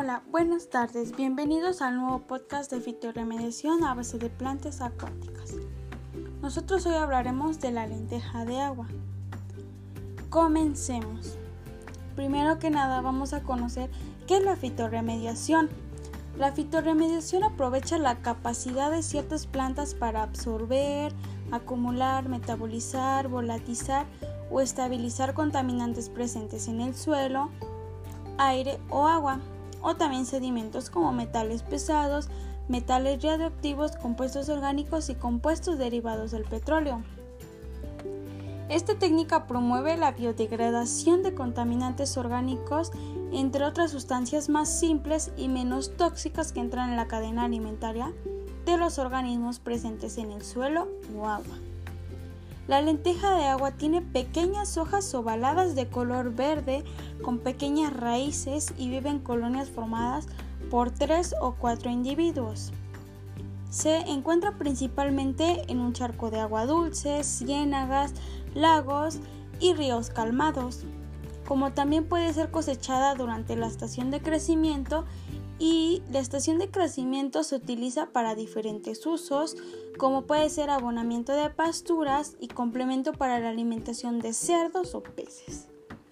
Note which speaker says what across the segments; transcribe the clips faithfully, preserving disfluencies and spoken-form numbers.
Speaker 1: Hola, buenas tardes. Bienvenidos al nuevo podcast de fitorremediación a base de plantas acuáticas. Nosotros hoy hablaremos de la lenteja de agua. Comencemos. Primero que nada vamos a conocer qué es la fitorremediación. La fitorremediación aprovecha la capacidad de ciertas plantas para absorber, acumular, metabolizar, volatilizar o estabilizar contaminantes presentes en el suelo, aire o agua, o también sedimentos como metales pesados, metales radioactivos, compuestos orgánicos y compuestos derivados del petróleo. Esta técnica promueve la biodegradación de contaminantes orgánicos, entre otras sustancias más simples y menos tóxicas que entran en la cadena alimentaria de los organismos presentes en el suelo o agua. La lenteja de agua tiene pequeñas hojas ovaladas de color verde con pequeñas raíces y vive en colonias formadas por tres o cuatro individuos. Se encuentra principalmente en un charco de agua dulce, ciénagas, lagos y ríos calmados, como también puede ser cosechada durante la estación de crecimiento, y la estación de crecimiento se utiliza para diferentes usos, como puede ser abonamiento de pasturas y complemento para la alimentación de cerdos o peces.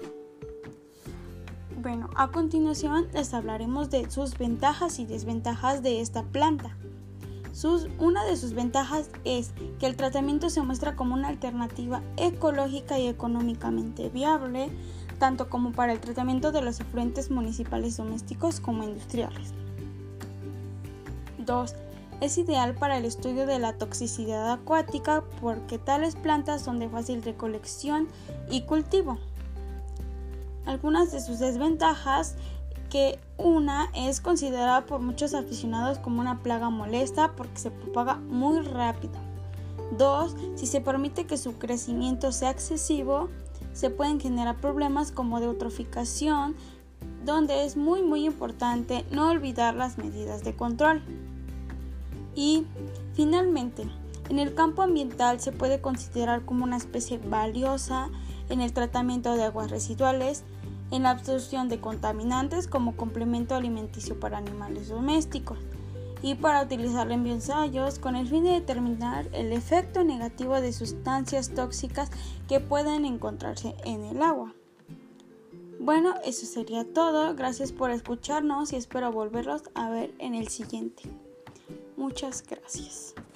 Speaker 1: Bueno, a continuación les hablaremos de sus ventajas y desventajas de esta planta. Sus, una de sus ventajas es que el tratamiento se muestra como una alternativa ecológica y económicamente viable, tanto como para el tratamiento de los efluentes municipales domésticos como industriales. dos. Es ideal para el estudio de la toxicidad acuática porque tales plantas son de fácil recolección y cultivo. Algunas de sus desventajas, que una es considerada por muchos aficionados como una plaga molesta porque se propaga muy rápido. dos. Si se permite que su crecimiento sea excesivo, se pueden generar problemas como de eutroficación, donde es muy muy importante no olvidar las medidas de control. Y finalmente, en el campo ambiental se puede considerar como una especie valiosa en el tratamiento de aguas residuales, en la absorción de contaminantes como complemento alimenticio para animales domésticos, y para utilizarla en bioensayos con el fin de determinar el efecto negativo de sustancias tóxicas que pueden encontrarse en el agua. Bueno, eso sería todo. Gracias por escucharnos y espero volverlos a ver en el siguiente. Muchas gracias.